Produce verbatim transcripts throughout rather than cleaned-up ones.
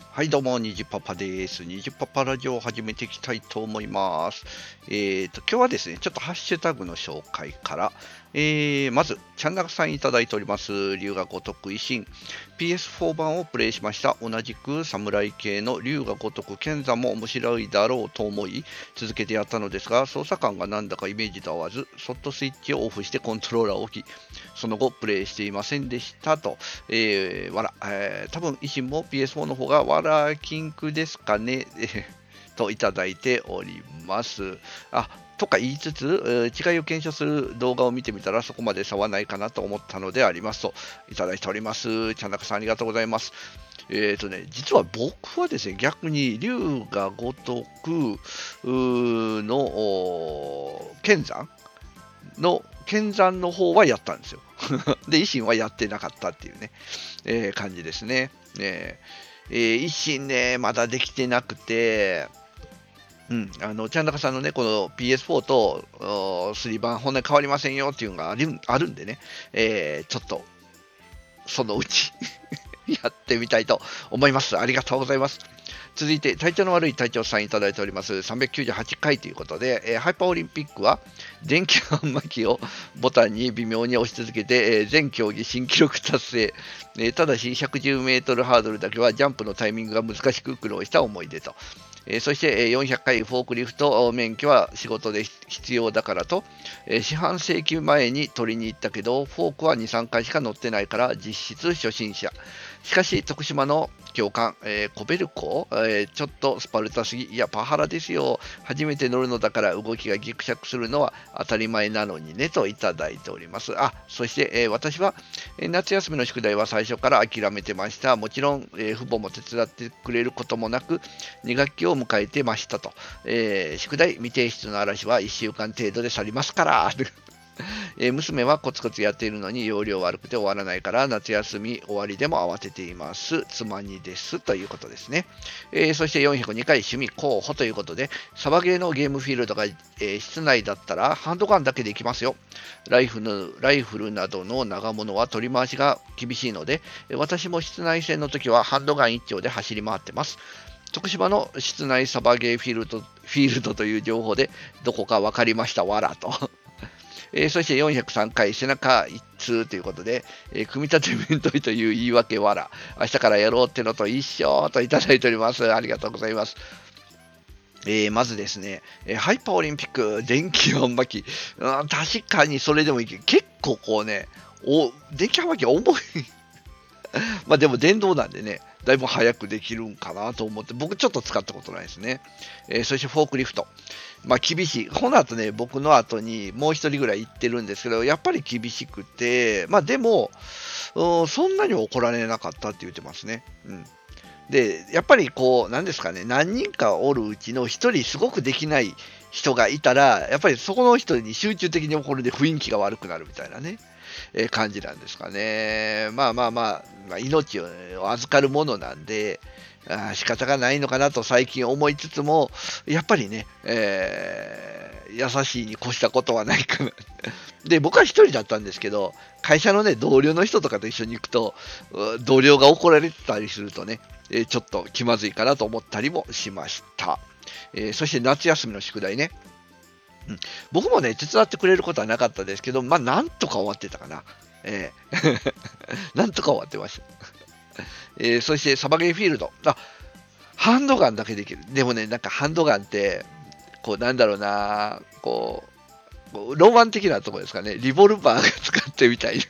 はい、どうも、にじパパです。にじパパラジオを始めていきたいと思います。えーと、今日はですね、ちょっとハッシュタグの紹介から、えー、まず、ちゃんなかさんいただいております、龍が如く維新。ピーエスフォー 版をプレイしました。同じく侍系の龍が如く剣山も面白いだろうと思い、続けてやったのですが、操作感がなんだかイメージと合わず、そっとスイッチをオフしてコントローラーを置き、その後プレイしていませんでしたと。えー、わら、えー、多分維新も ピーエスフォー の方がわらキンクですかね、えーといただいております。あ、とか言いつつ、えー違いを検証する動画を見てみたらそこまで差はないかなと思ったのでありますといただいております。ちゃんなかさんありがとうございます。えーとね、実は僕はですね、逆に龍が如くうーのおー剣山の剣山の方はやったんですよ。で、維新はやってなかったっていうね、えー感じですね。えーえー維新ね、まだできてなくて、うん、あの、ちゃんなかさんのね、この ピーエスフォー とおースリー版、骨変わりませんよっていうのがあるあるんでね、えーちょっと、そのうちやってみたいと思います。ありがとうございます。続いて、体調の悪い隊長さんいただいております。さんびゃくきゅうじゅうはちかいということで、えーハイパーオリンピックは、電気販売機をボタンに微妙に押し続けて、えー全競技新記録達成、えーただしひゃくじゅうメートルハードルだけはジャンプのタイミングが難しく苦労した思い出と。えーそして、えーよんひゃっかいフォークリフト免許は仕事で必要だからと、えー四半世紀前に取りに行ったけど、フォークはに、さんかいしか乗ってないから実質初心者。しかし、徳島の教官、えーコベルコ、えーちょっとスパルタすぎ、いや、パワハラですよ。初めて乗るのだから動きがギクシャクするのは当たり前なのにね、といただいております。あ、そして、えー私は、えー夏休みの宿題は最初から諦めてました。もちろん、えー父母も手伝ってくれることもなく、に学期を迎えてましたと。えー宿題未提出の嵐はいっしゅうかん程度で去りますから。えー娘はコツコツやっているのに容量悪くて終わらないから夏休み終わりでも慌てています。妻にですということですね。えーそしてよんひゃくにかい趣味候補ということで、サバゲーのゲームフィールドが、えー室内だったらハンドガンだけでいきますよ。ライフのライフルなどの長物は取り回しが厳しいので、私も室内戦の時はハンドガン一丁で走り回ってます。徳島の室内サバゲーフィールドフィールドという情報でどこか分かりましたわらと。えーそしてよんひゃくさんかい背中一通ということで、えー組み立て面取りという言い訳わら、明日からやろうってのと一緒といただいております。ありがとうございます。えーまずですね、えーハイパーオリンピック、電気販売機、うん、確かにそれでもいいけど、結構こうね、お電気販売機重い。まあでも電動なんでね、だいぶ早くできるんかなと思って、僕ちょっと使ったことないですね。えーそしてフォークリフト。まあ厳しい。この後ね、僕の後にもう一人ぐらい行ってるんですけど、やっぱり厳しくて、まあでも、うんそんなに怒られなかったって言ってますね。うん。で、やっぱりこう、なんですかね、何人かおるうちの一人すごくできない人がいたら、やっぱりそこの人に集中的に怒るんで雰囲気が悪くなるみたいなね、えー感じなんですかね。まあまあまあ、まあ、命を預かるものなんで、あー仕方がないのかなと最近思いつつも、やっぱりね、えー優しいに越したことはないかな。で、僕は一人だったんですけど、会社のね、同僚の人とかと一緒に行くと、う同僚が怒られてたりするとね、えーちょっと気まずいかなと思ったりもしました。えーそして夏休みの宿題ね。うん、僕もね、手伝ってくれることはなかったですけど、まあ、なんとか終わってたかな。えーなんとか終わってました。えーそして、サバゲーフィールド。あ、ハンドガンだけできる。でもね、なんかハンドガンって、こう、なんだろうな、こう、こうロマン的なところですかね。リボルバーが使ってみたい。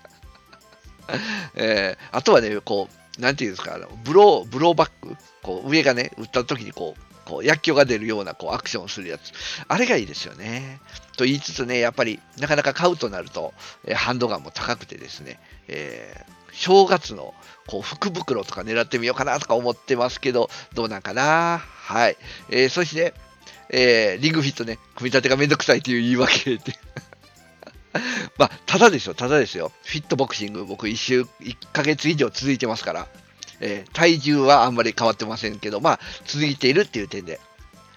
えーあとはね、こう、なんていうんですか、あのブロー、ブローバック、こう、上がね、打った時にこう、こう薬莢が出るようなこうアクションをするやつ。あれがいいですよね。と言いつつね、やっぱりなかなか買うとなると、えーハンドガンも高くてですね、えー正月のこう福袋とか狙ってみようかなとか思ってますけど、どうなんかな。はい。えーそして、えーリングフィットね、組み立てがめんどくさいという言い訳でまあ、ただですよ、ただですよ。フィットボクシング、僕一週、いっかげつ以上続いてますから、えー体重はあんまり変わってませんけど、まあ、続いているっていう点で、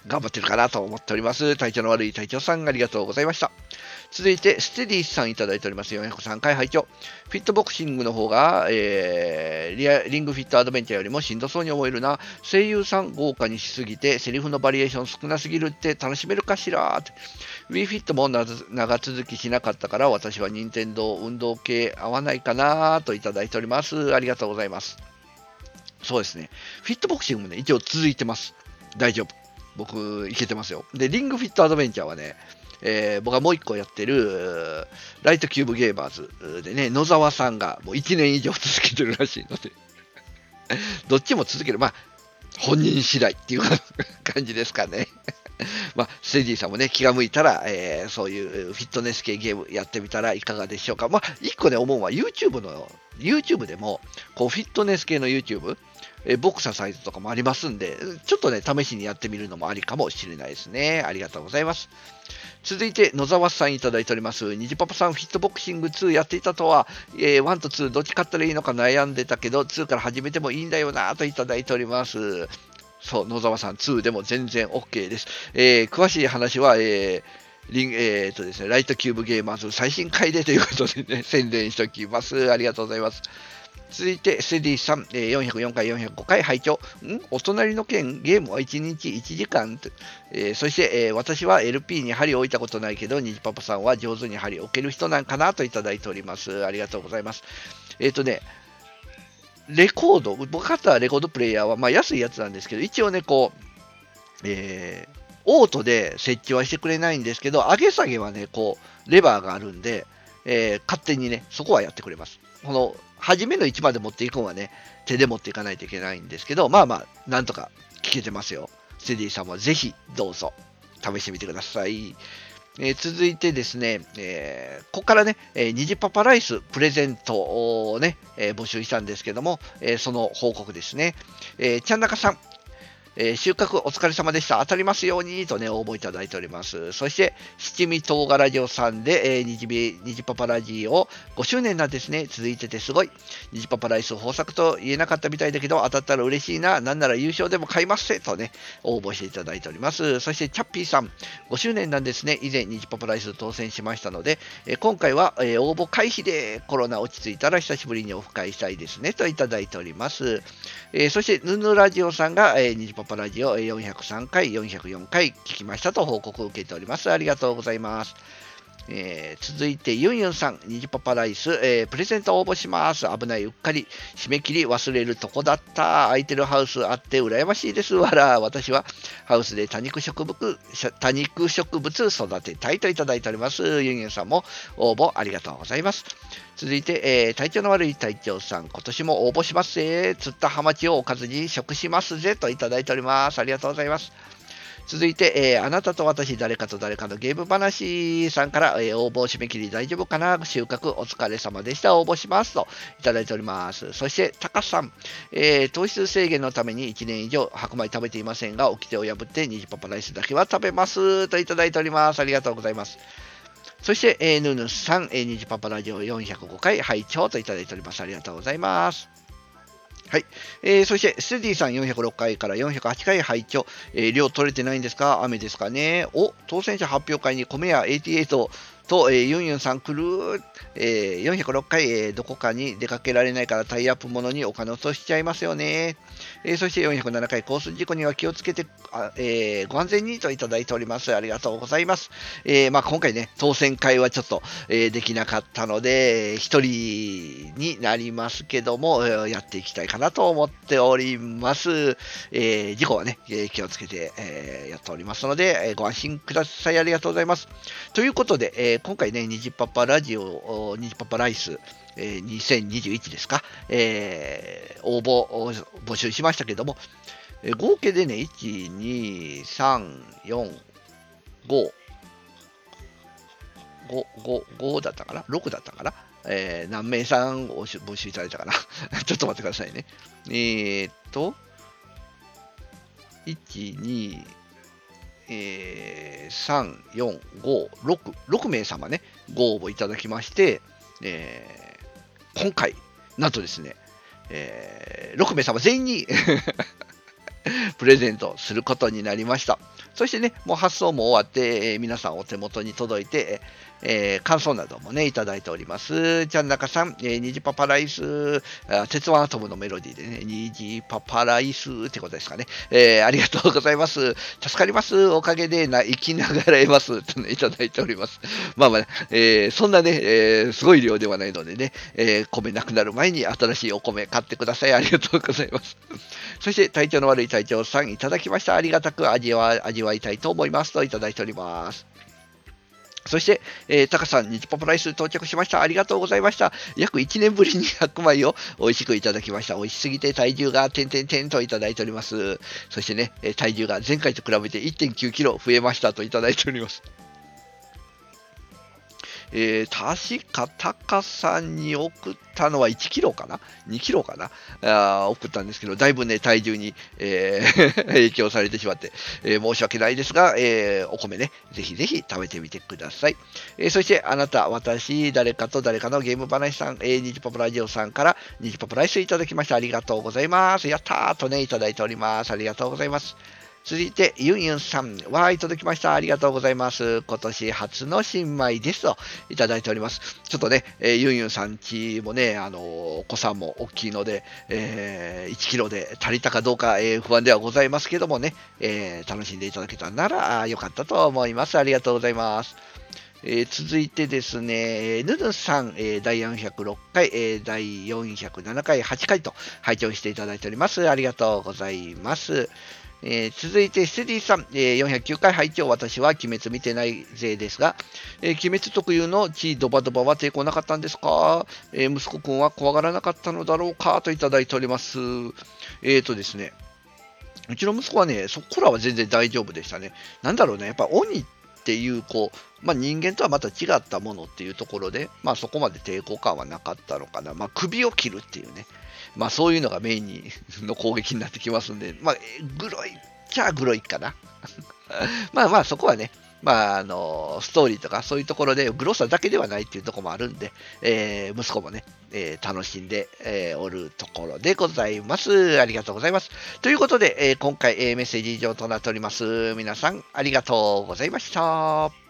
頑張ってるかなと思っております。体調の悪い隊長さん、ありがとうございました。続いて、ステディさんいただいております。よんひゃくさんかい拝聴。フィットボクシングの方が、えー、リアリングフィットアドベンチャーよりもしんどそうに思えるな。声優さん豪華にしすぎて、セリフのバリエーション少なすぎるって楽しめるかしら。WeFit も長続きしなかったから、私は任天堂運動系合わないかなといただいております。ありがとうございます。そうですね。フィットボクシングもね、一応続いてます。大丈夫。僕、いけてますよ。で、リングフィットアドベンチャーはね、えー、僕がもう一個やってる、ライトキューブゲーマーズでね、野沢さんがもういちねん以上続けてるらしいので、どっちも続ける。まあ、本人次第っていう感じですかね。まあ、ステディさんもね、気が向いたら、えー、そういうフィットネス系ゲームやってみたらいかがでしょうか。まあ、一個ね、思うのは YouTube の、YouTube でも、こう、フィットネス系の YouTube、えー、ボクササイズとかもありますんで、ちょっとね、試しにやってみるのもありかもしれないですね。ありがとうございます。続いて、野沢さんいただいております。にじパパさん、フィットボクシングツーやっていたとは、えー、ワンとツーどっち買ったらいいのか悩んでたけど、ツーから始めてもいいんだよなといただいております。そう、野沢さん、ツーでも全然 OK です。えー、詳しい話は、えーリンえーとですね、ライトキューブゲーマーズ最新回でということでね、宣伝しておきます。ありがとうございます。続いて、ステディさん、えー、よんひゃくよんかい、よんひゃくごかい拝聴。んお隣の県、ゲームはいちにちいちじかん、えー、そして、えー、私は エルピー に針を置いたことないけど、にじパパさんは上手に針を置ける人なんかなといただいております。ありがとうございます。えっ、ー、とね、レコード、僕買ったレコードプレイヤーは、まあ、安いやつなんですけど、一応ね、こう、えー、オートで設置はしてくれないんですけど、上げ下げはね、こう、レバーがあるんで、えー、勝手にね、そこはやってくれます。この、初めの位置まで持っていくのはね、手で持っていかないといけないんですけど、まあまあ、なんとか聞けてますよ。ステディさんもぜひ、どうぞ、試してみてください。えー、続いてですね、えー、ここからね、えー、にじパパライスプレゼントをね、えー、募集したんですけども、えー、その報告ですね。えー、ちゃんなかさん、えー、収穫お疲れ様でした。当たりますようにとね、応募いただいております。そして、七味唐辛ラジオさんで、えー、にじみ、にじパパラジオごしゅうねんなんですね。続いててすごい。にじパパライス豊作と言えなかったみたいだけど、当たったら嬉しいな。なんなら優勝でも買いますせとね、応募していただいております。そして、チャッピーさん、ごしゅうねんなんですね。以前、にじパパライス当選しましたので、えー、今回は、えー、応募回避でコロナ落ち着いたら久しぶりにオフ会したいですね。といただいております。えー、そして、ヌヌラジオさんが、えー、にじパパラジオよんひゃくさんかい、よんひゃくよんかい聞きましたと報告を受けております。ありがとうございます。えー、続いて、ユンユンさん、にじパパライス、えー、プレゼント応募します。危ない、うっかり、締め切り忘れるとこだった。空いてるハウスあって羨ましいです。わら、私はハウスで多肉植物、多肉植物育てたいといただいております。ユンユンさんも応募ありがとうございます。続いて、えー、体調の悪い隊長さん、今年も応募しますぜ。釣ったハマチをおかずに食しますぜといただいております。ありがとうございます。続いて、えー、あなたと私、誰かと誰かのゲーム話さんから、えー、応募締め切り大丈夫かな、収穫お疲れ様でした。応募しますといただいております。そして、タカさん、えー、糖質制限のためにいちねん以上白米食べていませんが、掟を破ってニジパパライスだけは食べますといただいております。ありがとうございます。そして、えー、ヌヌさん、えー、ニジパパラジオよんひゃくごかい拝聴といただいております。ありがとうございます。はい。えー、そして、ステディさんよんひゃくろっかいからよんひゃくはちかい拝聴、えー、量取れてないんですか？雨ですかね？お、当選者発表会に米屋はちじゅうはちと、えー、ユンユンさん来る、えー、よんひゃくろっかい、えー、どこかに出かけられないからタイアップものにお金落としちゃいますよね。えー、そしてよんひゃくななかい、交通事故には気をつけて、あえー、ご安全にといただいております。ありがとうございます。えーまあ、今回ね、当選会はちょっと、えー、できなかったので、一人になりますけども、えー、やっていきたいかなと思っております。えー、事故はね、えー、気をつけて、えー、やっておりますので、えー、ご安心ください。ありがとうございます。ということで、えー、今回ね、ニジパパラジオ、ニジパパライス、えー、にせんにじゅういちですか、えー、応募を募集しましたけども、えー、合計でね、いち、に、さん、よん、ご、ご、ご、ごだったかな ?ろく だったかな、えー、何名さんを募集いただいたかなちょっと待ってくださいね。えー、っと、いち、に、えー、さん、よん、ご、ろく、ろくめいさまね、ご応募いただきまして、えー、今回、なんとですね、えー、ろくめいさま全員にプレゼントすることになりました。そしてね、もう発送も終わって、えー皆さんお手元に届いて、えー感想などもね、いただいております。ちゃんなかさん、えー、にじパパライス、あ鉄腕アトムのメロディーでね、にじパパライスってことですかね。えーありがとうございます。助かります。おかげでな生きながらえます。とね、いただいております。まあまあね、えーそんなね、えーすごい量ではないのでね、えー米なくなる前に新しいお米買ってください。ありがとうございます。そして体調の悪い隊長さんいただきました。ありがたく味わ味わいたいと思いますといただいております。そして、えー、タカさん、ニチポポライス到着しました。ありがとうございました。約いちねんぶりに白米を美味しくいただきました。美味しすぎて体重が点々点といただいております。そしてね、えー体重が前回と比べていってんきゅうキロ増えましたといただいております。えー、確かタカさんに送ったのはいちキロかな ?に キロかなあー送ったんですけど、だいぶね、体重に、えー影響されてしまって、えー申し訳ないですが、えーお米ね、ぜひぜひ食べてみてください。えーそして、あなた、私、誰かと誰かのゲーム話さん、えー、ニジパパラジオさんから、ニジパパライスいただきました。ありがとうございます。やったーとね、いただいております。ありがとうございます。続いて、ユンユンさんは、いただきました。ありがとうございます。今年初の新米ですと、いただいております。ちょっとね、えーユンユンさんちもね、あのーお子さんも大きいので、えーいちキロで足りたかどうか、えー不安ではございますけどもね、えー楽しんでいただけたなら、あーよかったと思います。ありがとうございます。えー続いてですね、ヌヌさん、えーだいよんひゃくろっかい、えーだいよんひゃくななかい、はちかいと拝聴していただいております。ありがとうございます。えー続いて、ステディさん、えーよんひゃくきゅうかい拝聴。私は鬼滅見てない勢ですが、えー鬼滅特有の血ドバドバは抵抗なかったんですか、えー息子くんは怖がらなかったのだろうかといただいております。えーとですね、うちの息子はね、そこらは全然大丈夫でしたね。なんだろうね、やっぱ鬼っていう、こう、まあ、人間とはまた違ったものっていうところで、まあ、そこまで抵抗感はなかったのかな。まあ、首を切るっていうね、まあ、そういうのがメインにの攻撃になってきますんで、まあ、グロいっちゃグロいかな。まあまあ、そこはね、まあ、あのストーリーとかそういうところでグロさだけではないっていうところもあるんで、えー息子もね、えー楽しんで、えーおるところでございます。ありがとうございます。ということで、えー今回、えーメッセージ以上となっております。皆さん、ありがとうございました。